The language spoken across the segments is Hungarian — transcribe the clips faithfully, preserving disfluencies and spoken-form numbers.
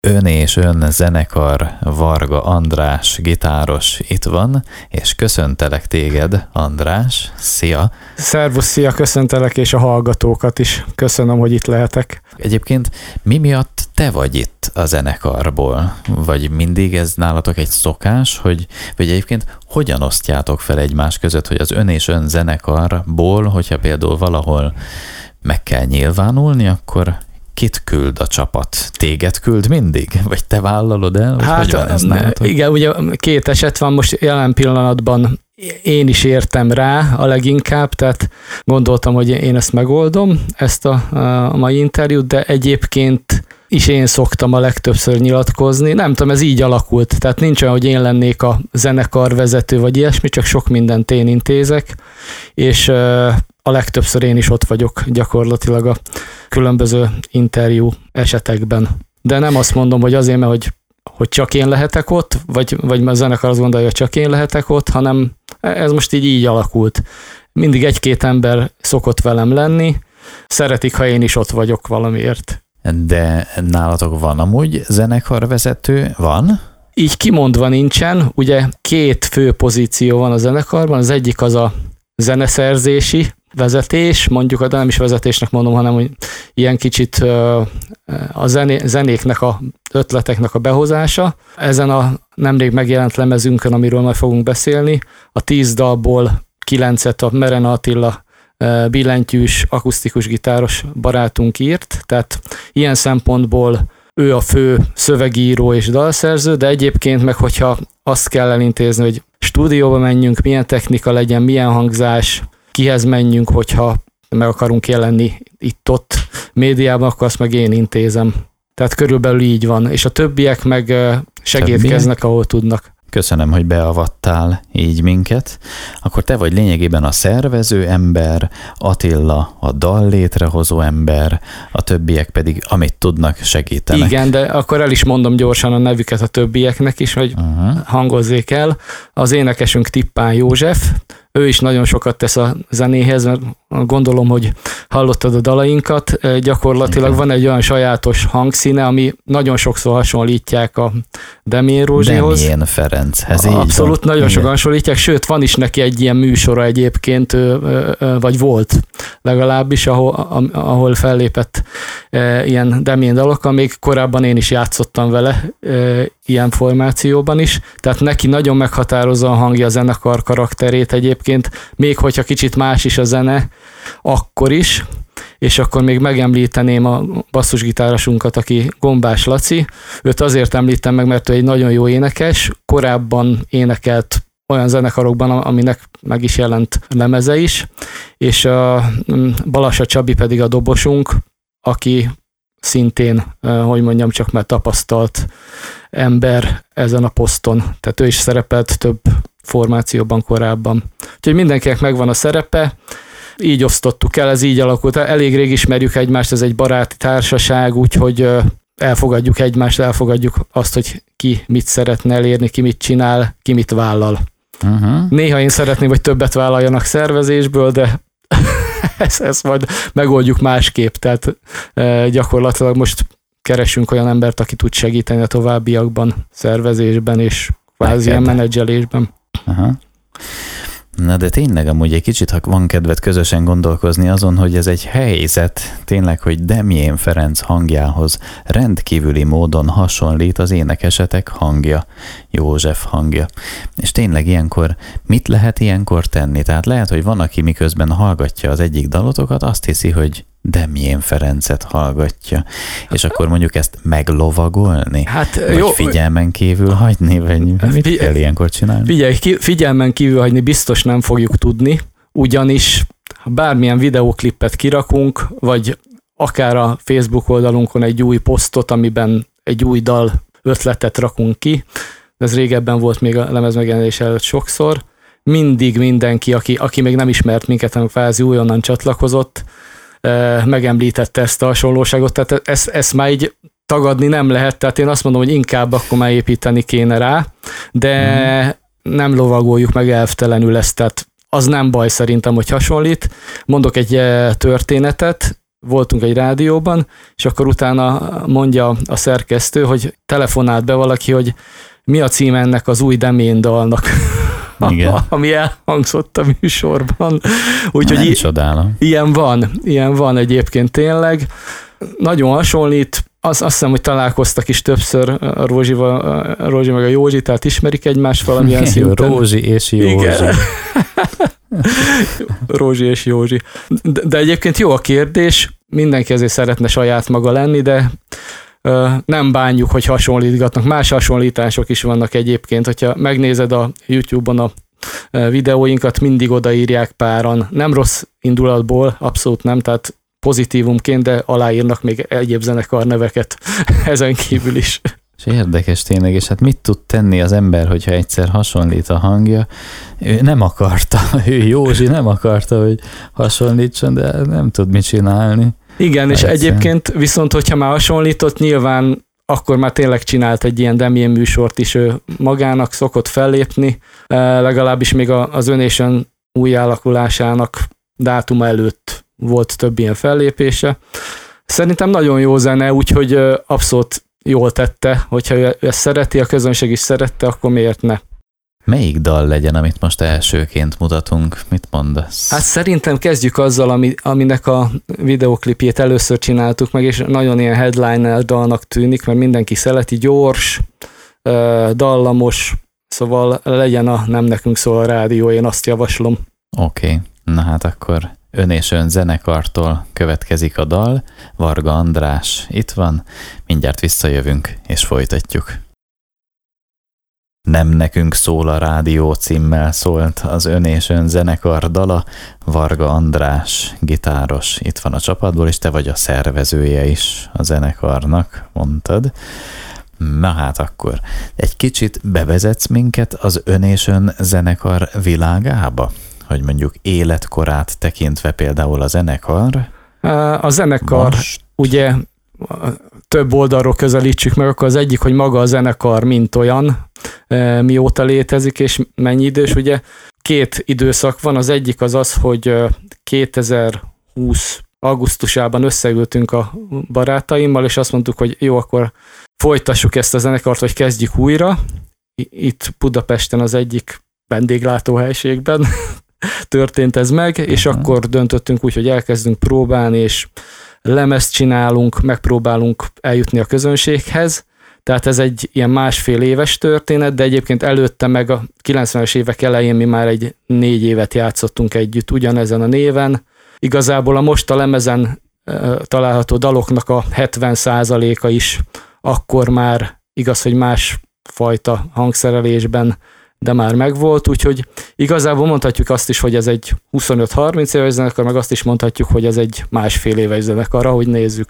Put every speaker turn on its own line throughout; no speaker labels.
Ön és Ön zenekar, Varga András gitáros itt van, és köszöntelek téged, András. Szia!
Szervusz, szia, köszöntelek, és a hallgatókat is. Köszönöm, hogy itt lehetek.
Egyébként mi miatt te vagy itt a zenekarból? Vagy mindig ez nálatok egy szokás, hogy, vagy egyébként hogyan osztjátok fel egymás között, hogy az Ön és Ön zenekarból, hogyha például valahol meg kell nyilvánulni, akkor kit küld a csapat? Téged küld mindig? Vagy te vállalod el? Vagy
hát
hogy van ez nálatok?
Igen, ugye két eset van most jelen pillanatban. Én is értem rá a leginkább, tehát gondoltam, hogy én ezt megoldom, ezt a, a mai interjút, de egyébként is én szoktam a legtöbbször nyilatkozni. Nem tudom, ez így alakult, tehát nincs olyan, hogy én lennék a zenekarvezető, vagy ilyesmi, csak sok mindent én intézek, és a legtöbbször én is ott vagyok gyakorlatilag a különböző interjú esetekben. De nem azt mondom, hogy azért, mert hogy, hogy csak én lehetek ott, vagy, vagy a zenekar azt gondolja, hogy csak én lehetek ott, hanem ez most így így alakult. Mindig egy-két ember szokott velem lenni, szeretik, ha én is ott vagyok valamiért.
De nálatok van amúgy zenekarvezető? Van?
Így kimondva nincsen, ugye két fő pozíció van a zenekarban, az egyik az a zeneszerzési vezetés, mondjuk, de nem is vezetésnek mondom, hanem hogy ilyen kicsit a zené, zenéknek, a ötleteknek a behozása. Ezen a nemrég megjelent lemezünkön, amiről majd fogunk beszélni, a tíz dalból kilencet a Merena Attila billentyűs, akusztikus gitáros barátunk írt, tehát ilyen szempontból ő a fő szövegíró és dalszerző, de egyébként meg, hogyha azt kell elintézni, hogy stúdióba menjünk, milyen technika legyen, milyen hangzás, kihez menjünk, hogyha meg akarunk jelenni itt-ott médiában, akkor azt meg én intézem. Tehát körülbelül így van, és a többiek meg segítkeznek, ahol tudnak.
Köszönöm, hogy beavattál így minket. Akkor te vagy lényegében a szervező ember, Attila a dal létrehozó ember, a többiek pedig amit tudnak, segítenek.
Igen, de akkor el is mondom gyorsan a nevüket a többieknek is, hogy uh-huh. hangozzék el. Az énekesünk Tippán József, ő is nagyon sokat tesz a zenéhez, mert gondolom, hogy hallottad a dalainkat. Gyakorlatilag igen. Van egy olyan sajátos hangszíne, ami nagyon sokszor hasonlítják a Demjén Rózsihoz.
Demjén Ferenchez, így
abszolút,
van.
Nagyon sokan hasonlítják, sőt, van is neki egy ilyen műsora egyébként, vagy volt legalábbis, ahol, ahol fellépett ilyen Demjén dalokkal, még korábban én is játszottam vele ilyen formációban is, tehát neki nagyon meghatározza a hangja, a zenekar karakterét egyébként, még hogyha kicsit más is a zene, akkor is, és akkor még megemlíteném a basszusgitárosunkat, aki Gombás Laci. Őt azért említem meg, mert ő egy nagyon jó énekes, korábban énekelt olyan zenekarokban, aminek meg is jelent lemeze is, és a Balassa Csabi pedig a dobosunk, aki szintén, hogy mondjam, csak már tapasztalt ember ezen a poszton. Tehát ő is szerepelt több formációban korábban. Úgyhogy mindenkinek megvan a szerepe, így osztottuk el, ez így alakult. Elég rég ismerjük egymást, ez egy baráti társaság, úgyhogy elfogadjuk egymást, elfogadjuk azt, hogy ki mit szeretne elérni, ki mit csinál, ki mit vállal. Uh-huh. Néha én szeretném, hogy többet vállaljanak szervezésből, de ezt, ezt majd megoldjuk másképp. Tehát gyakorlatilag most keresünk olyan embert, aki tud segíteni a továbbiakban, szervezésben és kvázi ilyen menedzselésben.
Aha. Na de tényleg amúgy egy kicsit, ha van kedved közösen gondolkozni azon, hogy ez egy helyzet, tényleg, hogy Demjén Ferenc hangjához rendkívüli módon hasonlít az énekesetek hangja, József hangja. És tényleg ilyenkor, mit lehet ilyenkor tenni? Tehát lehet, hogy van, aki miközben hallgatja az egyik dalotokat, azt hiszi, hogy Demjén Ferencet hallgatja, és akkor mondjuk ezt meglovagolni? Hát, vagy jó, figyelmen kívül hagyni? Vagy mit figyelj, kell ilyenkor csinálni?
Figyelj, figyelmen kívül hagyni biztos nem fogjuk tudni, ugyanis bármilyen videóklippet kirakunk, vagy akár a Facebook oldalunkon egy új posztot, amiben egy új dal ötletet rakunk ki, ez régebben volt még a lemez megjelenés előtt sokszor, mindig mindenki, aki, aki még nem ismert minket, hanem kvázi újonnan csatlakozott, megemlítette ezt a hasonlóságot, tehát ezt, ezt már így tagadni nem lehet, tehát én azt mondom, hogy inkább akkor már építeni kéne rá, de mm. nem lovagoljuk meg elvtelenül ezt, tehát az nem baj szerintem, hogy hasonlít. Mondok egy történetet, voltunk egy rádióban, és akkor utána mondja a szerkesztő, hogy telefonált be valaki, hogy mi a címe ennek az új Demén dalnak, ami elhangzott a műsorban. Úgyhogy
nem csodálom.
Ilyen van, ilyen van egyébként tényleg. Nagyon hasonlít. Azt, azt hiszem, hogy találkoztak is többször a Rózsival, a Rózsi meg a Józsi, tehát ismerik egymást valamilyen szinten.
Rózsi és Józsi. Igen.
Rózsi és Józsi. De, de egyébként jó a kérdés, mindenki ezért szeretne saját maga lenni, de ö, nem bánjuk, hogy hasonlítgatnak. Más hasonlítások is vannak egyébként, hogyha megnézed a YouTube-on a videóinkat, mindig odaírják páran. Nem rossz indulatból, abszolút nem, tehát pozitívumként, de aláírnak még egyéb zenekar neveket ezen kívül is.
És érdekes tényleg, és hát mit tud tenni az ember, hogyha egyszer hasonlít a hangja? Ő nem akarta, ő Józsi nem akarta, hogy hasonlítson, de nem tud mit csinálni.
Igen, és egyszer. Egyébként viszont, hogyha már hasonlított, nyilván akkor már tényleg csinált egy ilyen Demjén műsort is, ő magának szokott fellépni, legalábbis még az Ön és Ön új alakulásának dátuma előtt volt több ilyen fellépése. Szerintem nagyon jó zene, úgyhogy abszolút jól tette, hogyha ő ezt szereti, a közönség is szerette, akkor miért ne?
Melyik dal legyen, amit most elsőként mutatunk? Mit mondasz?
Hát szerintem kezdjük azzal, ami, aminek a videoklipjét először csináltuk meg, és nagyon ilyen headliner dalnak tűnik, mert mindenki szereti, gyors, dallamos, szóval legyen a Nem nekünk szól a rádió, én azt javaslom.
Oké, okay. Na hát akkor Ön és Ön zenekartól következik a dal. Varga András itt van, mindjárt visszajövünk és folytatjuk. Nem nekünk szól a rádió címmel szólt az Ön és Ön zenekar dala. Varga András, gitáros, itt van a csapatból, és te vagy a szervezője is a zenekarnak, mondtad. Na hát akkor egy kicsit bevezetsz minket az Ön és Ön zenekar világába? Hogy mondjuk életkorát tekintve például a zenekar?
A zenekar, most... ugye több oldalról közelítsük meg, akkor az egyik, hogy maga a zenekar mint olyan, mióta létezik és mennyi idős. Ugye két időszak van, az egyik az az, hogy kétezer-húsz augusztusában összeültünk a barátaimmal, és azt mondtuk, hogy jó, akkor folytassuk ezt a zenekart, vagy kezdjük újra. Itt Budapesten az egyik vendéglátóhelyiségben történt ez meg, és uh-huh. akkor döntöttünk úgy, hogy elkezdünk próbálni, és lemezt csinálunk, megpróbálunk eljutni a közönséghez. Tehát ez egy ilyen másfél éves történet, de egyébként előtte meg a kilencvenes évek elején mi már egy négy évet játszottunk együtt ugyanezen a néven. Igazából a most a lemezen uh, található daloknak a hetven százaléka is akkor már igaz, hogy más fajta hangszerelésben, de már megvolt, úgyhogy igazából mondhatjuk azt is, hogy ez egy huszonöt-harminc éves zenekar, meg azt is mondhatjuk, hogy ez egy másfél éves zenekar, ahogy nézzük.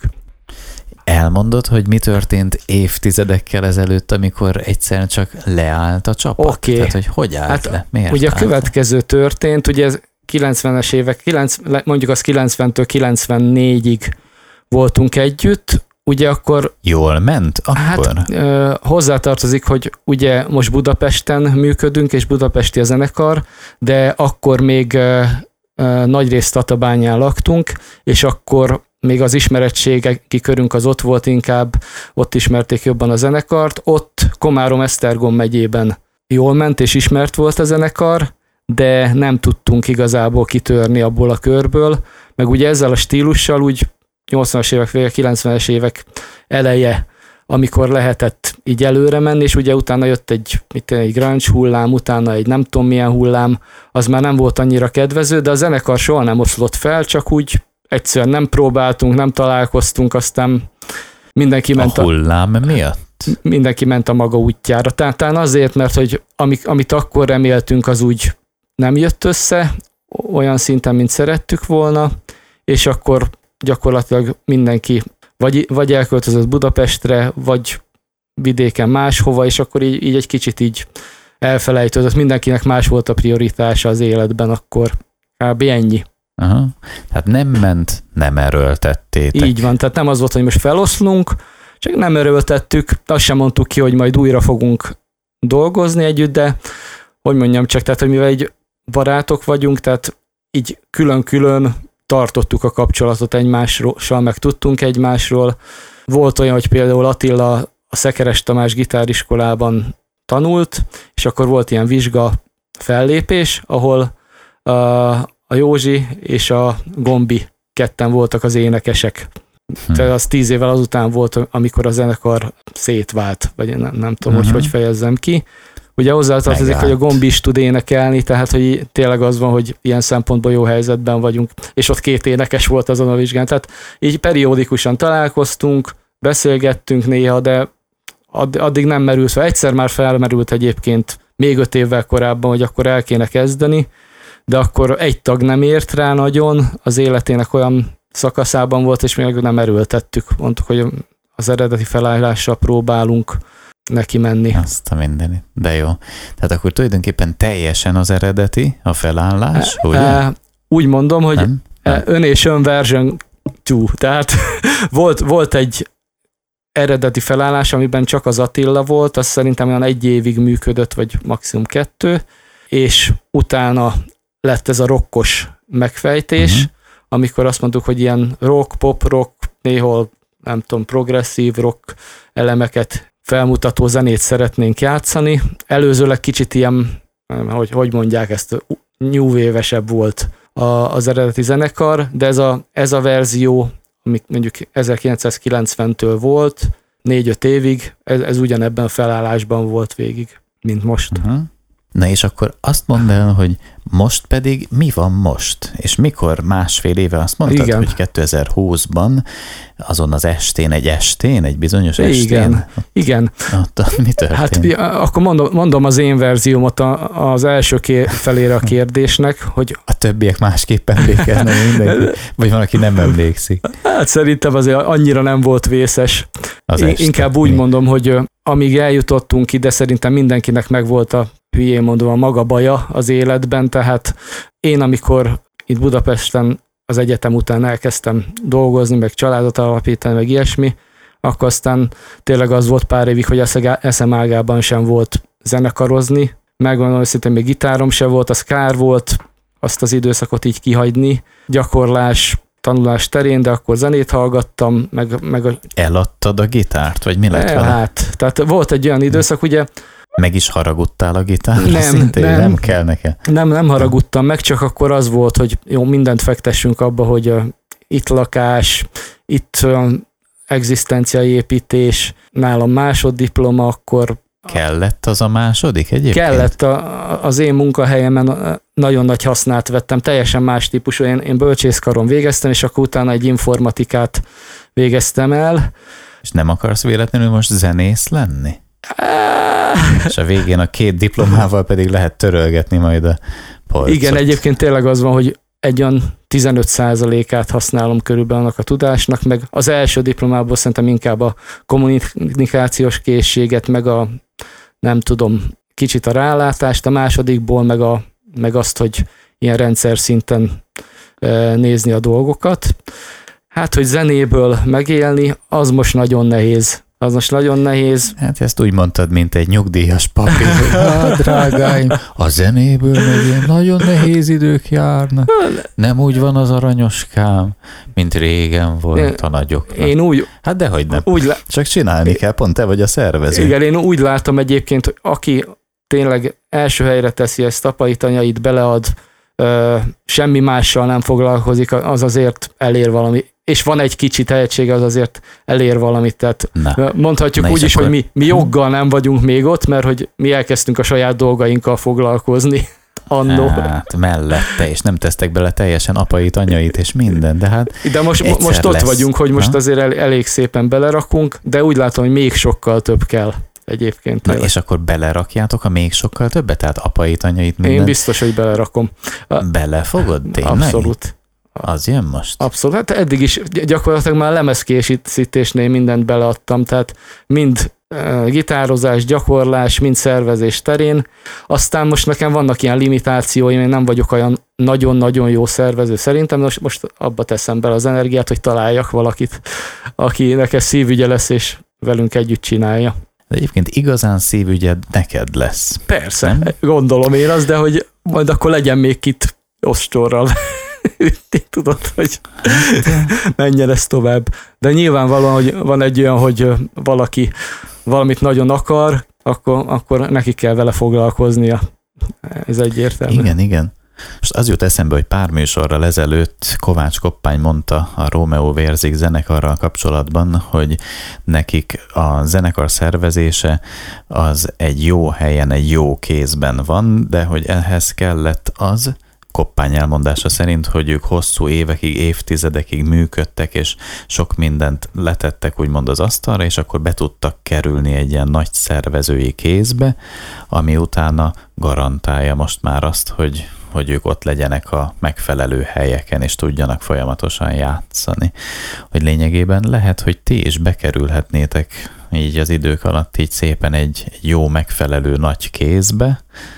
Elmondod, hogy mi történt évtizedekkel ezelőtt, amikor egyszer csak leállt a csapat?
Oké. Okay.
Tehát, hogy hogy állt hát, le? Miért
ugye
állt
a következő történt, ugye ez kilencvenes évek, mondjuk az kilencventől kilencvennégyig voltunk együtt, ugye akkor...
Jól ment akkor?
Hát ö, hozzátartozik, hogy ugye most Budapesten működünk, és budapesti a zenekar, de akkor még ö, ö, nagyrészt Tatabányán laktunk, és akkor még az ismerettségi körünk az ott volt inkább, ott ismerték jobban a zenekart, ott Komárom-Esztergom megyében jól ment, és ismert volt a zenekar, de nem tudtunk igazából kitörni abból a körből, meg ugye ezzel a stílussal úgy nyolcvanas évek vége, kilencvenes évek eleje, amikor lehetett így előre menni, és ugye utána jött egy, mit, egy grunge hullám, utána egy nem tudom milyen hullám, az már nem volt annyira kedvező, de a zenekar soha nem oszlott fel, csak úgy egyszerűen nem próbáltunk, nem találkoztunk, aztán mindenki ment
a... hullám a, miatt?
Mindenki ment a maga útjára. Tehát talán azért, mert hogy amit, amit akkor reméltünk, az úgy nem jött össze, olyan szinten, mint szerettük volna, és akkor gyakorlatilag mindenki vagy, vagy elköltözött Budapestre, vagy vidéken máshova, és akkor így, így egy kicsit így elfelejtődött. Mindenkinek más volt a prioritása az életben, akkor kb. Ennyi.
Aha. Tehát nem ment, nem erőltettétek.
Így van, tehát nem az volt, hogy most feloszlunk, csak nem erőltettük, azt sem mondtuk ki, hogy majd újra fogunk dolgozni együtt, de hogy mondjam csak, tehát hogy mivel így barátok vagyunk, tehát így külön-külön tartottuk a kapcsolatot egymással, meg tudtunk egymásról. Volt olyan, hogy például Attila a Szekeres Tamás gitáriskolában tanult, és akkor volt ilyen vizsga fellépés, ahol a, a Józsi és a Gombi ketten voltak az énekesek. Hm. Tehát az tíz évvel azután volt, amikor a zenekar szétvált, vagy nem, nem tudom, uh-huh. hogy hogy fejezzem ki. Ugye hozzátartozik, hogy a Gombi is tud énekelni, tehát hogy tényleg az van, hogy ilyen szempontból jó helyzetben vagyunk, és ott két énekes volt azon a vizsgán. Tehát így periódikusan találkoztunk, beszélgettünk néha, de addig nem merült fel. Egyszer már felmerült egyébként még öt évvel korábban, hogy akkor el kéne kezdeni, de akkor egy tag nem ért rá nagyon, az életének olyan szakaszában volt, és még nem erőltettük. Mondtuk, hogy az eredeti felállással próbálunk neki menni.
Azt a mindenit. De jó. Tehát akkor tulajdonképpen teljesen az eredeti, a felállás, e, ugye? E,
úgy mondom, hogy nem? Nem. ön és ön version kettő. Tehát volt, volt egy eredeti felállás, amiben csak az Attila volt, az szerintem olyan egy évig működött, vagy maximum kettő, és utána lett ez a rockos megfejtés, uh-huh. amikor azt mondtuk, hogy ilyen rock, pop rock, néhol nem tudom, progresszív rock elemeket felmutató zenét szeretnénk játszani. Előzőleg kicsit ilyen, hogy, hogy mondják ezt, new wave-esebb volt a, az eredeti zenekar, de ez a, ez a verzió, ami mondjuk ezerkilencszázkilencventől volt, négy-öt évig, ez, ez ugyanebben a felállásban volt végig, mint most.
Uh-huh. Na és akkor azt mondd el, hogy most pedig mi van most? És mikor másfél éve azt mondtad, igen. hogy kétezer-húszban azon az estén, egy estén, egy bizonyos estén?
Igen, igen.
Ott, mi történt?
Hát akkor mondom, mondom az én verziómat az első ké- felére a kérdésnek, hogy...
A többiek másképp emlékeznek mindenki, vagy van, aki nem emlékszik.
Hát szerintem azért annyira nem volt vészes. Az Én, inkább úgy mi? mondom, hogy amíg eljutottunk ide, szerintem mindenkinek megvolt a hülyén mondom a maga baja az életben, tehát én amikor itt Budapesten az egyetem után elkezdtem dolgozni, meg családot alapítani, meg ilyesmi, akkor aztán tényleg az volt pár évig, hogy eszem ágában sem volt zenekarozni, megmondom őszintén, még gitárom sem volt, az kár volt azt az időszakot így kihagyni, gyakorlás, tanulás terén, de akkor zenét hallgattam, meg... meg a...
Eladtad a gitárt, vagy mi lett vele?
Hát, tehát volt egy olyan időszak, ugye...
Meg is haragudtál a gitárra?
Nem,
szintén,
nem,
nem kell nekem.
Nem, nem haragudtam meg, csak akkor az volt, hogy jó, mindent fektessünk abba, hogy uh, itt lakás, itt uh, egzisztenciai építés, nálam másoddiploma, akkor...
Kellett az a második egyébként?
Kellett. A, az én munkahelyemen nagyon nagy hasznát vettem, teljesen más típusú. Én, én bölcsészkaron végeztem, és akkor utána egy informatikát végeztem el.
És nem akarsz véletlenül most zenész lenni? És a végén a két diplomával pedig lehet törölgetni majd a polcot.
Igen, egyébként tényleg az van, hogy egy olyan tizenöt százalékát használom körülbelül annak a tudásnak, meg az első diplomából szerintem inkább a kommunikációs készséget, meg a nem tudom, kicsit a rálátást, a másodikból meg, a, meg azt, hogy ilyen rendszer szinten e, nézni a dolgokat. Hát, hogy zenéből megélni, az most nagyon nehéz. Az most nagyon nehéz.
Hát ezt úgy mondtad, mint egy nyugdíjas papír. Hát, drágáim, a zenéből meg nagyon nehéz idők járnak. Nem úgy van az aranyoskám, mint régen volt a nagyoknak.
Én úgy...
Hát dehogy nem.
Úgy lá...
Csak csinálni kell, pont te vagy a szervező.
Igen, én úgy látom egyébként, hogy aki tényleg első helyre teszi ezt, apai tanyait belead, ö, semmi mással nem foglalkozik, az azért elér valami. És van egy kicsi tehetsége, az azért elér valamit. Tehát Na. mondhatjuk úgy is, akkor... hogy mi, mi joggal nem vagyunk még ott, mert hogy mi elkezdtünk a saját dolgainkkal foglalkozni annó.
Hát mellette, és nem tesztek bele teljesen apait, anyait és minden, de hát
De most, most ott lesz. vagyunk, hogy most Na? azért el, elég szépen belerakunk, de úgy látom, hogy még sokkal több kell egyébként.
Na és akkor belerakjátok a még sokkal többet? Tehát apait, anyait, minden?
Én biztos, hogy belerakom.
Belefogod tényleg?
Abszolút.
Az jön most?
Abszolút. Hát eddig is gyakorlatilag már lemezkészítésnél mindent beleadtam, tehát mind uh, gitározás, gyakorlás, mind szervezés terén. Aztán most nekem vannak ilyen limitációim, én nem vagyok olyan nagyon-nagyon jó szervező szerintem, most, most abba teszem bele az energiát, hogy találjak valakit, aki nekem szívügye lesz, és velünk együtt csinálja.
De egyébként igazán szívügyed neked lesz.
Persze, nem? Gondolom én az, de hogy majd akkor legyen még kit ostorral. ütni, tudod, hogy menjen ez tovább. De nyilvánvalóan, hogy van egy olyan, hogy valaki valamit nagyon akar, akkor, akkor neki kell vele foglalkoznia. Ez egyértelmű.
Igen, igen. Most az jut eszembe, hogy pár műsorral ezelőtt Kovács Koppány mondta a Rómeó Vérzik zenekarral kapcsolatban, hogy nekik a zenekar szervezése az egy jó helyen, egy jó kézben van, de hogy ehhez kellett az, Koppány elmondása szerint, hogy ők hosszú évekig, évtizedekig működtek, és sok mindent letettek úgymond az asztalra, és akkor be tudtak kerülni egy ilyen nagy szervezői kézbe, ami utána garantálja most már azt, hogy, hogy ők ott legyenek a megfelelő helyeken, és tudjanak folyamatosan játszani. Hogy lényegében lehet, hogy ti is bekerülhetnétek így az idők alatt így szépen egy, egy jó, megfelelő nagy kézbe.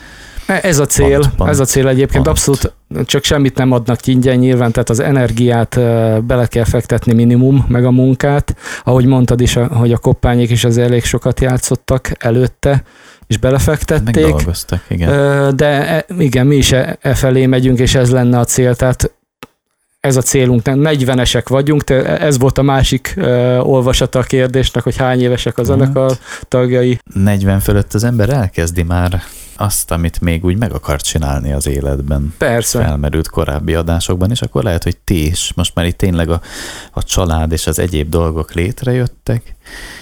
Ez a cél, pont, pont, ez a cél egyébként pont. Abszolút, csak semmit nem adnak ingyen nyilván, tehát az energiát bele kell fektetni minimum, meg a munkát. Ahogy mondtad is, hogy a Koppányék is az elég sokat játszottak előtte, és belefektették.
Megdolgoztak, igen.
De igen, mi is e, e felé megyünk, és ez lenne a cél, tehát ez a célunk, negyvenesek vagyunk, ez volt a másik uh, olvasata a kérdésnek, hogy hány évesek a zenekar tagjai.
negyven fölött az ember elkezdi már azt, amit még úgy meg akar csinálni az életben.
Persze.
Felmerült korábbi adásokban, és akkor lehet, hogy ti is. Most már itt tényleg a, a család és az egyéb dolgok létrejöttek,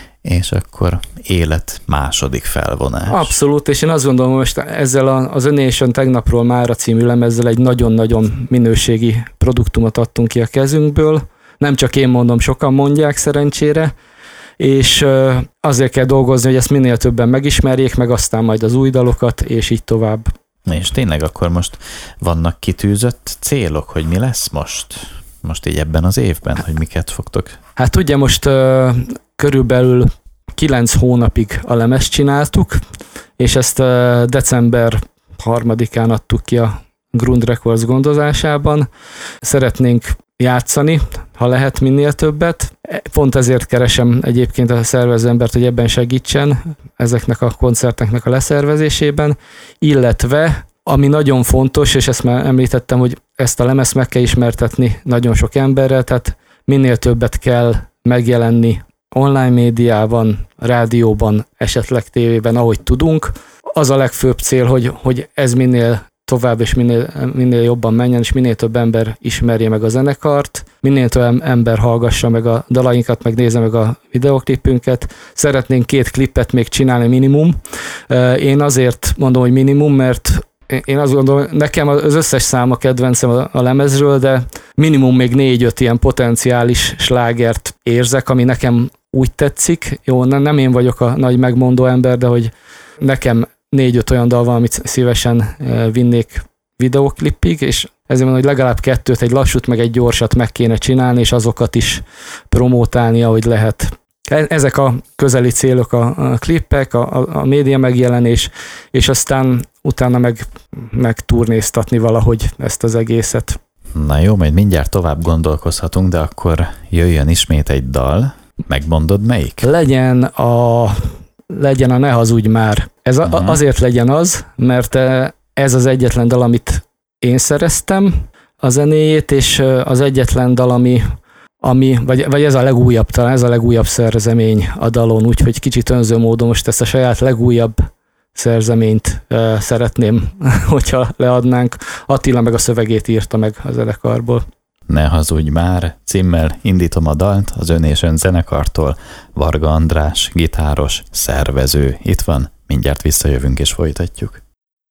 és akkor élet második felvonás.
Abszolút, és én azt gondolom, most ezzel a, az Önation tegnapról mára című lemezzel egy nagyon-nagyon minőségi produktumot adtunk ki a kezünkből. Nem csak én mondom, sokan mondják szerencsére, és azért kell dolgozni, hogy ezt minél többen megismerjék, meg aztán majd az új dalokat, és így tovább.
És tényleg akkor most vannak kitűzött célok, hogy mi lesz most? Most így ebben az évben, hogy miket fogtok?
Hát ugye most uh, körülbelül kilenc hónapig a lemezt csináltuk, és ezt uh, december harmadikán adtuk ki a Grund Records gondozásában. Szeretnénk játszani, ha lehet minél többet. Pont ezért keresem egyébként a szervezőembert, hogy ebben segítsen ezeknek a koncerteknek a leszervezésében, illetve ami nagyon fontos, és ezt már említettem, hogy ezt a lemezt meg kell ismertetni nagyon sok emberrel, tehát minél többet kell megjelenni online médiában, rádióban, esetleg tévében, ahogy tudunk. Az a legfőbb cél, hogy, hogy ez minél tovább és minél, minél jobban menjen, és minél több ember ismerje meg a zenekart, minél több ember hallgassa meg a dalainkat, meg nézze meg a videoklipünket. Szeretnénk két klippet még csinálni minimum. Én azért mondom, hogy minimum, mert én azt gondolom, nekem az összes szám a kedvencem a lemezről, de minimum még négy-öt ilyen potenciális slágert érzek, ami nekem úgy tetszik. Jó, nem én vagyok a nagy megmondó ember, de hogy nekem négy-öt olyan dal van, amit szívesen vinnék videóklipig, és ezért mondom, hogy legalább kettőt, egy lassút, meg egy gyorsat meg kéne csinálni, és azokat is promótálni, ahogy lehet. Ezek a közeli célok, a, a klippek, a, a média megjelenés, és aztán utána meg, meg turnéztatni valahogy ezt az egészet.
Na jó, majd mindjárt tovább gondolkozhatunk, de akkor jöjjön ismét egy dal. Megmondod melyik?
Legyen a, legyen a Ne hazudj már. Ez a, uh-huh. Azért legyen az, mert ez az egyetlen dal, amit én szereztem a zenéjét, és az egyetlen dal, ami ami, vagy, vagy ez a legújabb, talán ez a legújabb szerzemény a dalon, úgyhogy kicsit önző módon most ezt a saját legújabb szerzeményt uh, szeretném, hogyha leadnánk. Attila meg a szövegét írta meg a zenekarból.
Ne hazudj már, címmel indítom a dalt az Önation zenekartól. Varga András, gitáros, szervező. Itt van, mindjárt visszajövünk és folytatjuk.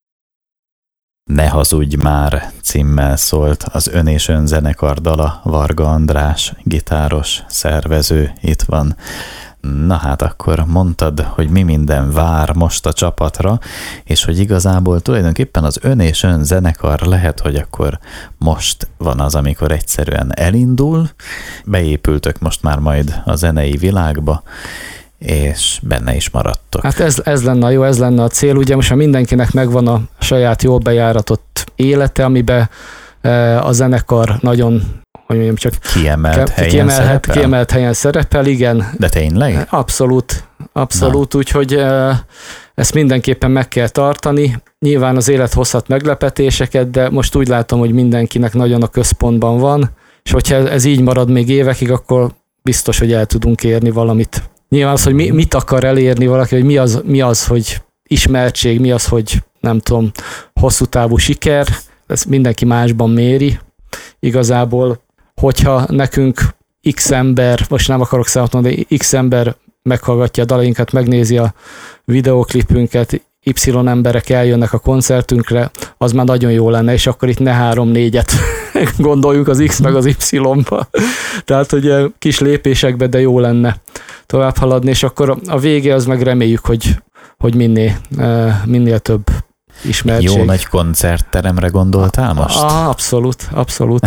Ne hazudj már címmel szólt az Önation zenekar dala, Varga András, gitáros, szervező, itt van. Na hát akkor mondtad, hogy mi minden vár most a csapatra, és hogy igazából tulajdonképpen az Önation zenekar lehet, hogy akkor most van az, amikor egyszerűen elindul, beépültök most már majd a zenei világba, és benne is maradtok.
Hát ez, ez lenne jó, ez lenne a cél. Ugye most, ha mindenkinek megvan a saját jól bejáratott élete, amiben a zenekar nagyon, hogy mondjam, csak
kiemelt
ke,
helyen
kiemelhet,
szerepel.
Kiemelt helyen szerepel, igen.
De tényleg?
Abszolút, abszolút, úgyhogy ezt mindenképpen meg kell tartani. nyilván az élet hozhat meglepetéseket, de most úgy látom, hogy mindenkinek nagyon a központban van, és hogyha ez így marad még évekig, akkor biztos, hogy el tudunk érni valamit. Nyilván az, hogy mi, mit akar elérni valaki, hogy mi az, mi az, hogy ismertség, mi az, hogy nem tudom, hosszú távú siker, ez mindenki másban méri. Igazából, hogyha nekünk X ember, most nem akarok számot mondani, X ember meghallgatja a dalainkat, megnézi a videóklipünket, Y emberek eljönnek a koncertünkre, az már nagyon jó lenne, és akkor itt ne három-négyet gondoljuk az X meg az Y-ba. Tehát, hogy kis lépésekbe, de jó lenne tovább haladni, és akkor a vége az meg reméljük, hogy, hogy minél, minél több ismertség.
Jó nagy koncertteremre gondoltál most?
Ah, abszolút, abszolút.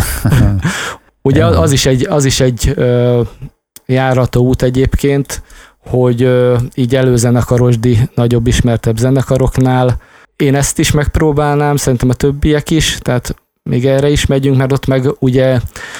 Ugye az is egy, az is egy ö, járató út egyébként, hogy ö, így előzenekarosdi nagyobb, ismertebb zenekaroknál. Én ezt is megpróbálnám, szerintem a többiek is, tehát még erre is megyünk, mert ott meg ugye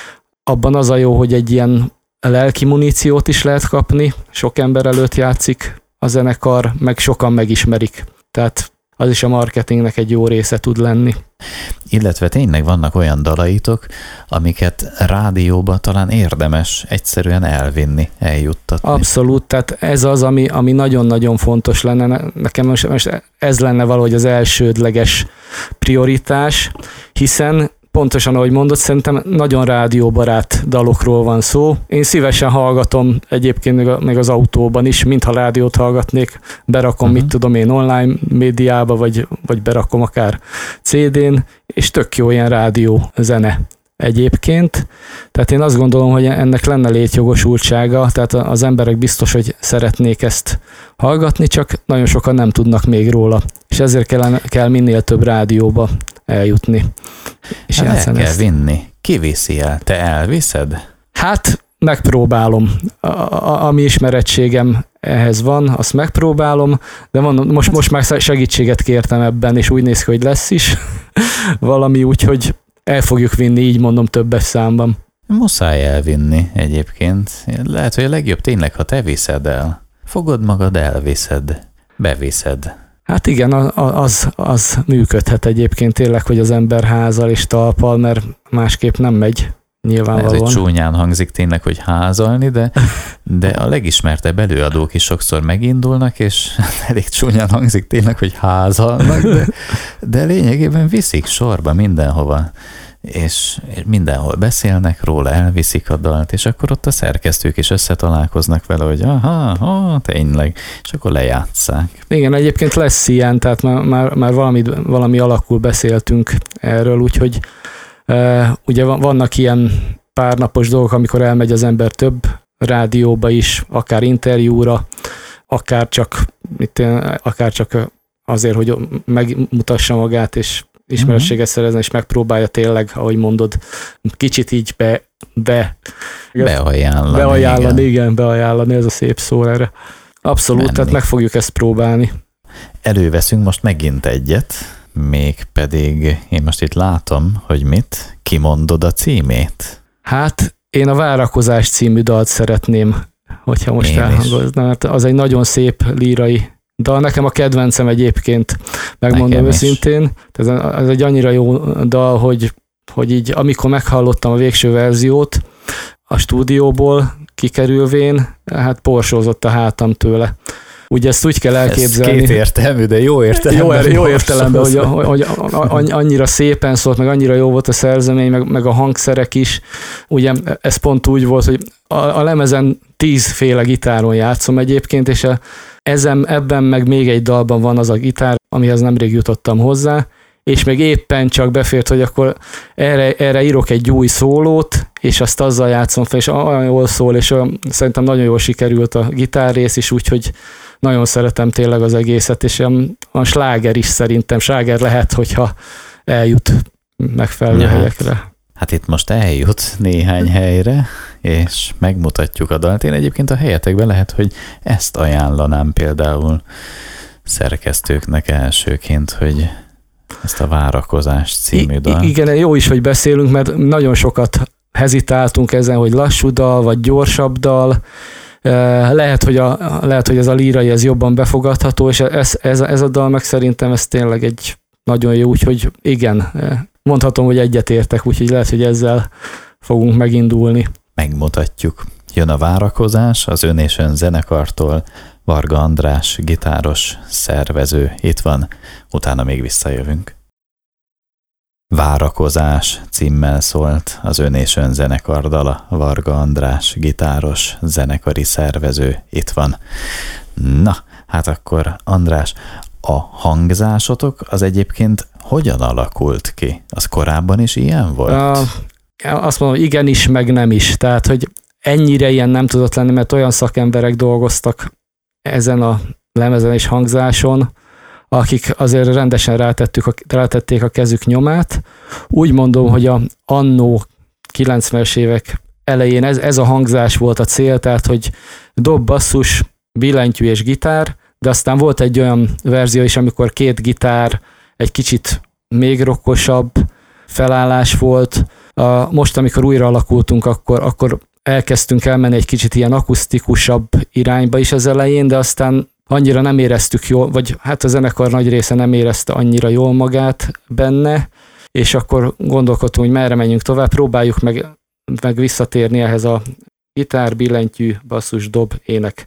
abban az a jó, hogy egy ilyen lelki muníciót is lehet kapni, sok ember előtt játszik a zenekar, meg sokan megismerik. Tehát az is a marketingnek egy jó része tud lenni.
Illetve tényleg vannak olyan dalaitok, amiket rádióba talán érdemes egyszerűen elvinni, eljuttatni.
Abszolút, tehát ez az, ami, ami nagyon-nagyon fontos lenne. Nekem most, most ez lenne valahogy az elsődleges prioritás, hiszen pontosan, ahogy mondod, szerintem nagyon rádióbarát dalokról van szó. Én szívesen hallgatom egyébként még, a, még az autóban is, mintha rádiót hallgatnék, berakom, uh-huh. mit tudom én, online médiába, vagy, vagy berakom akár cé dén, és tök jó ilyen rádió zene egyébként. Tehát én azt gondolom, hogy ennek lenne létjogosultsága, tehát az emberek biztos, hogy szeretnék ezt hallgatni, csak nagyon sokan nem tudnak még róla. És ezért kell, kell minél több rádióba eljutni. És
hát el kell ezt vinni. Ki viszi el? Te elviszed?
Hát megpróbálom. A, a, ami ismerettségem ehhez van, azt megpróbálom, de van, most, most már segítséget kértem ebben, és úgy néz ki, hogy lesz is valami, úgyhogy el fogjuk vinni, így mondom, többes számban.
Muszáj elvinni egyébként. Lehet, hogy a legjobb tényleg, ha te viszed el. Fogod magad, elviszed. Beviszed.
Hát igen, az, az működhet egyébként tényleg, hogy az ember házal és talpal, mert másképp nem megy nyilvánvalóan.
Ez egy csúnyán hangzik tényleg, hogy házalni, de, de a legismertebb előadók is sokszor megindulnak, és elég csúnyán hangzik tényleg, hogy házalnak, de, de lényegében viszik sorba mindenhova. És mindenhol beszélnek róla, elviszik a dalt, és akkor ott a szerkesztők is összetalálkoznak vele, hogy aha, aha, tényleg, és akkor lejátsszák.
Igen, egyébként lesz ilyen, tehát már, már, már valami, valami alakul beszéltünk erről, úgyhogy e, ugye vannak ilyen párnapos dolgok, amikor elmegy az ember több rádióba is, akár interjúra, akár csak, mit, akár csak azért, hogy megmutassa magát, és ismerességet szerezni, és megpróbálja tényleg, ahogy mondod, kicsit így be, be
beajánlani.
Beajánlani, igen. igen, beajánlani, ez a szép szó erre. Abszolút, menni. Tehát meg fogjuk ezt próbálni.
Előveszünk most megint egyet, mégpedig én most itt látom, hogy mit, kimondod a címét?
Hát én a Várakozás című dalt szeretném, hogyha most elhangoznám, mert az egy nagyon szép lírai dal. Nekem a kedvencem egyébként, megmondom nekem őszintén. Ez, ez egy annyira jó dal, hogy, hogy így amikor meghallottam a végső verziót a stúdióból kikerülvén, hát porsózott a hátam tőle. Ugye ezt úgy kell elképzelni.
Ez két értelmű, de jó értelemben.
Jó, jó értelemben, hogy, hogy, hogy annyira szépen szólt, meg annyira jó volt a szerzemény, meg, meg a hangszerek is. Ugye ez pont úgy volt, hogy a, a lemezen tízféle gitáron játszom egyébként, és a, ezen, ebben meg még egy dalban van az a gitár, amihez nemrég jutottam hozzá, és még éppen csak befért, hogy akkor erre, erre írok egy új szólót, és azt azzal játszom fel, és olyan jól szól, és olyan, szerintem nagyon jól sikerült a gitárrész is, úgyhogy nagyon szeretem tényleg az egészet, és a sláger is szerintem, sláger lehet, hogyha eljut megfelelő ja, helyekre.
Hát itt most eljut néhány helyre, és megmutatjuk a dalt. Én egyébként a helyetekben lehet, hogy ezt ajánlanám például szerkesztőknek elsőként, hogy ezt a Várakozás című dal.
I- igen, jó is, hogy beszélünk, mert nagyon sokat hezitáltunk ezen, hogy lassú dal, vagy gyorsabb dal. Lehet, hogy, a, lehet, hogy ez a lírai ez jobban befogadható, és ez, ez, ez a dal meg szerintem ez tényleg egy nagyon jó, úgyhogy igen, mondhatom, hogy egyetértek, úgyhogy lehet, hogy ezzel fogunk megindulni.
Megmutatjuk. Jön a várakozás az Ön és Ön zenekartól, Varga András, gitáros, szervező, itt van, utána még visszajövünk. Várakozás címmel szólt az Ön és Ön zenekar dala, Varga András, gitáros, zenekari szervező, itt van. Na, hát akkor András, a hangzásotok az egyébként hogyan alakult ki? Az korábban is ilyen volt?
Uh, azt mondom, igenis, meg nem is. Tehát, hogy ennyire ilyen nem tudott lenni, mert olyan szakemberek dolgoztak ezen a lemezen és hangzáson, akik azért rendesen rátettük a, rátették a kezük nyomát. Úgy mondom, hogy a annó kilencvenes évek elején ez, ez a hangzás volt a cél, tehát, hogy dob, basszus, billentyű és gitár, de aztán volt egy olyan verzió is, amikor két gitár, egy kicsit még rockosabb felállás volt. Most, amikor újra alakultunk, akkor, akkor elkezdtünk elmenni egy kicsit ilyen akusztikusabb irányba is az elején, de aztán annyira nem éreztük jól, vagy hát a zenekar nagy része nem érezte annyira jól magát benne, és akkor gondolkodtunk, hogy merre menjünk tovább, próbáljuk meg, meg visszatérni ehhez a gitár, billentyű, basszus, dob, ének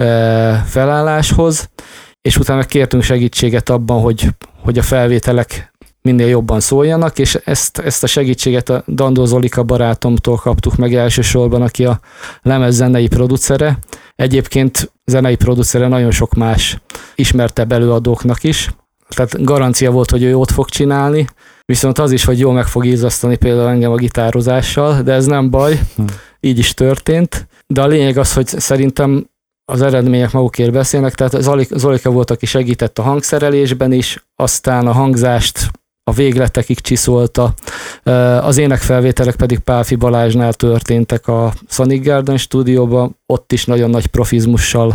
felálláshoz, és utána kértünk segítséget abban, hogy, hogy a felvételek minél jobban szóljanak, és ezt, ezt a segítséget a Dandó Zolika barátomtól kaptuk meg elsősorban, aki a lemez zenei producere. Egyébként zenei producere nagyon sok más ismertebb előadóknak is, tehát garancia volt, hogy ő jót fog csinálni, viszont az is, hogy jól meg fog ízasztani például engem a gitározással, de ez nem baj, így is történt. De a lényeg az, hogy szerintem az eredmények magukért beszélnek, tehát Zolika volt, aki segített a hangszerelésben is, aztán a hangzást a végletekig csiszolta. Az énekfelvételek pedig Pálfi Balázsnál történtek a Sonic Garden stúdióban, ott is nagyon nagy profizmussal,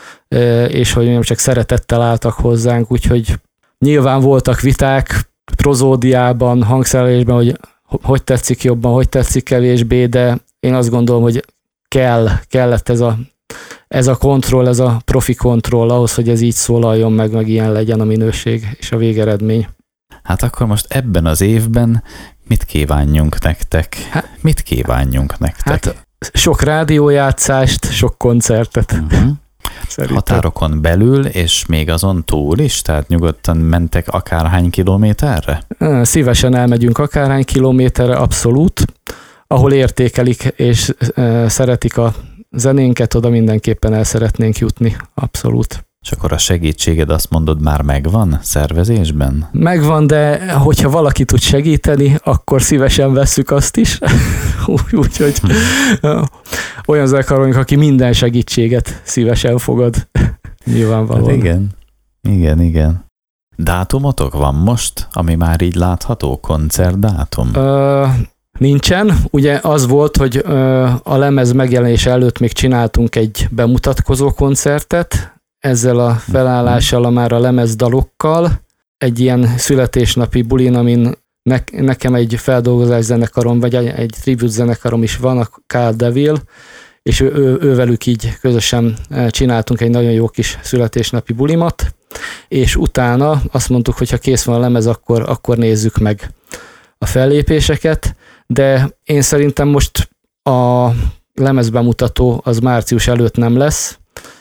és hogy nem csak szeretettel álltak hozzánk, úgyhogy nyilván voltak viták prozódiában, hangszerelésben, hogy hogy tetszik jobban, hogy tetszik kevésbé, de én azt gondolom, hogy kell, kellett ez a, ez a kontroll, ez a profi kontroll ahhoz, hogy ez így szólaljon meg, meg ilyen legyen a minőség és a végeredmény.
Hát akkor most ebben az évben mit kívánjunk nektek? Hát, mit kívánjunk nektek?
Hát sok rádiójátszást, sok koncertet. Uh-huh.
Határokon belül, és még azon túl is? Tehát nyugodtan mentek akárhány kilométerre?
Szívesen elmegyünk akárhány kilométerre, abszolút. Ahol értékelik és szeretik a zenénket, oda mindenképpen el szeretnénk jutni, abszolút.
És akkor a segítséged, azt mondod, már megvan szervezésben?
Megvan, de hogyha valaki tud segíteni, akkor szívesen vesszük azt is. Úgyhogy hm. olyan zenekarunk, aki minden segítséget szívesen fogad. Nyilvánvalóan.
Hát igen, igen, igen. Dátumotok van most, ami már így látható? Koncertdátum?
Ö, nincsen. Ugye az volt, hogy ö, a lemez megjelenése előtt még csináltunk egy bemutatkozó koncertet, ezzel a felállással, már a lemezdalokkal, egy ilyen születésnapi bulin, amin ne, nekem egy feldolgozás zenekarom, vagy egy, egy tribute zenekarom is van, a Carl Devil, és ő, ő, ővelük így közösen csináltunk egy nagyon jó kis születésnapi bulimat, és utána azt mondtuk, hogy ha kész van a lemez, akkor, akkor nézzük meg a fellépéseket, de én szerintem most a lemezbemutató az március előtt nem lesz,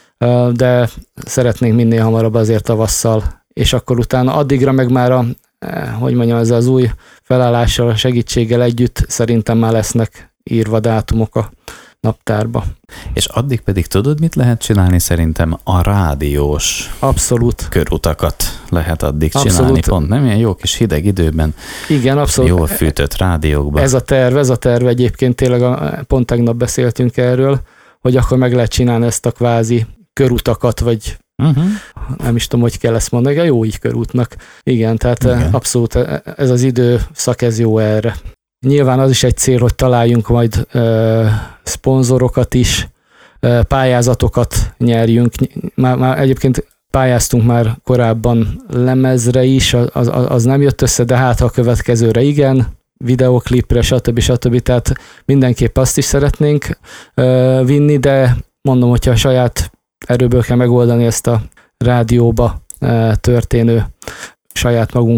de szeretnénk minél hamarabb azért tavasszal, és akkor utána addigra meg már a, hogy mondjam, ezzel az új felállással, a segítséggel együtt szerintem már lesznek írva dátumok a naptárba.
És addig pedig tudod, mit lehet csinálni? Szerintem a rádiós
abszolút
körutakat lehet addig
abszolút
csinálni, pont nem ilyen jó kis hideg időben.
Igen, abszolút.
Jól fűtött rádiókban.
Ez a terv, ez a terv egyébként tényleg, a, pont tegnap beszéltünk erről, hogy akkor meg lehet csinálni ezt a kvázi körutakat, vagy uh-huh. nem is tudom, hogy kell ezt mondani, jó így körútnak. Igen, tehát igen. Abszolút ez az időszak, ez jó erre. Nyilván az is egy cél, hogy találjunk majd uh, szponzorokat is, uh, pályázatokat nyerjünk. Már, már egyébként pályáztunk már korábban lemezre is, az, az, az nem jött össze, de hát a következőre igen, videoklipre, stb. stb. Tehát mindenképp azt is szeretnénk uh, vinni, de mondom, hogyha a saját erőből kell megoldani ezt a rádióba uh, történő saját magunk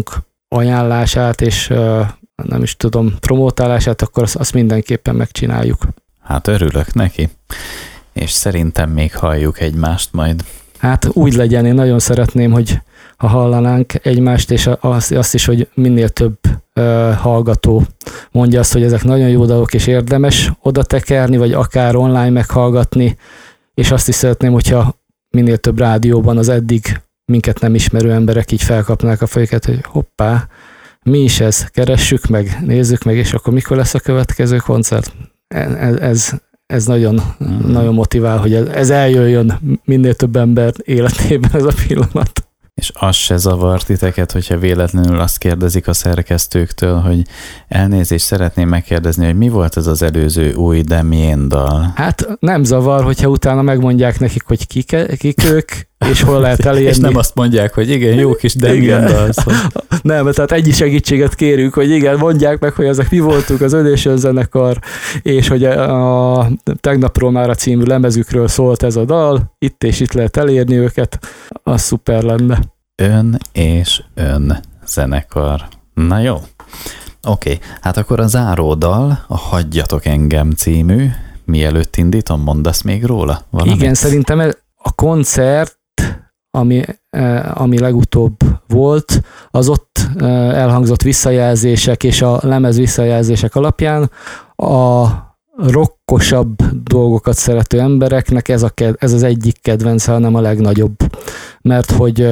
ajánlását, és nem is tudom, promótálását, akkor azt, azt mindenképpen megcsináljuk.
Hát örülök neki, és szerintem még halljuk egymást majd.
Hát úgy legyen, én nagyon szeretném, hogy ha hallanánk egymást, és azt, azt is, hogy minél több uh, hallgató mondja azt, hogy ezek nagyon jó dolgok, és érdemes oda tekerni, vagy akár online meghallgatni, és azt is szeretném, hogyha minél több rádióban az eddig minket nem ismerő emberek így felkapnák a fejüket, hogy hoppá, mi is ez, keressük meg, nézzük meg, és akkor mikor lesz a következő koncert? Ez, ez, ez nagyon, mm. nagyon motivál, hogy ez, ez eljöjjön minél több ember életében ez a pillanat.
És az se zavar titeket, hogyha véletlenül azt kérdezik a szerkesztőktől, hogy elnézést, szeretném megkérdezni, hogy mi volt ez az előző új Damien dal?
Hát nem zavar, hogyha utána megmondják nekik, hogy kik, kik ők, és hol lehet elérni.
És nem azt mondják, hogy igen, jó kis Damien dal. Szóval.
Nem, tehát egy segítséget kérünk, hogy igen, mondják meg, hogy ezek mi voltunk, az Ödésön zenekar, és hogy a Tegnapról már a című lemezükről szólt ez a dal, itt és itt lehet elérni őket, az szuper lenne.
Ön és ön zenekar. Na jó. Oké, okay. Hát akkor a záródal, a Hagyjatok engem című, mielőtt indítom, mondasz még róla valamit?
Igen, szerintem a koncert, ami, ami legutóbb volt, az ott elhangzott visszajelzések és a lemez visszajelzések alapján a rockosabb dolgokat szerető embereknek ez, a, ez az egyik kedvence, hanem a legnagyobb. Mert hogy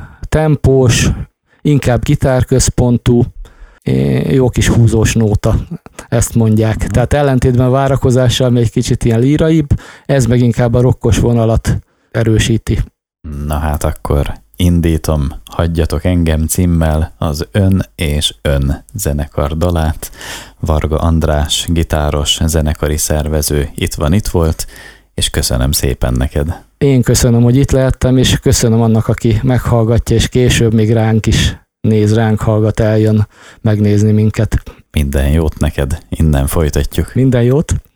tempós, inkább gitárközpontú, jó kis húzós nóta, ezt mondják. Tehát ellentétben a várakozással, ami egy kicsit ilyen líraibb, ez meg inkább a rokkos vonalat erősíti.
Na hát akkor indítom, Hagyjatok engem címmel az Ön és Ön zenekar dalát. Varga András, gitáros, zenekari szervező itt van, itt volt, és köszönöm szépen neked. Én
köszönöm, hogy itt lehettem, és köszönöm annak, aki meghallgatja, és később még ránk is néz, ránk hallgat, eljön megnézni minket.
Minden jót neked, innen folytatjuk.
Minden jót.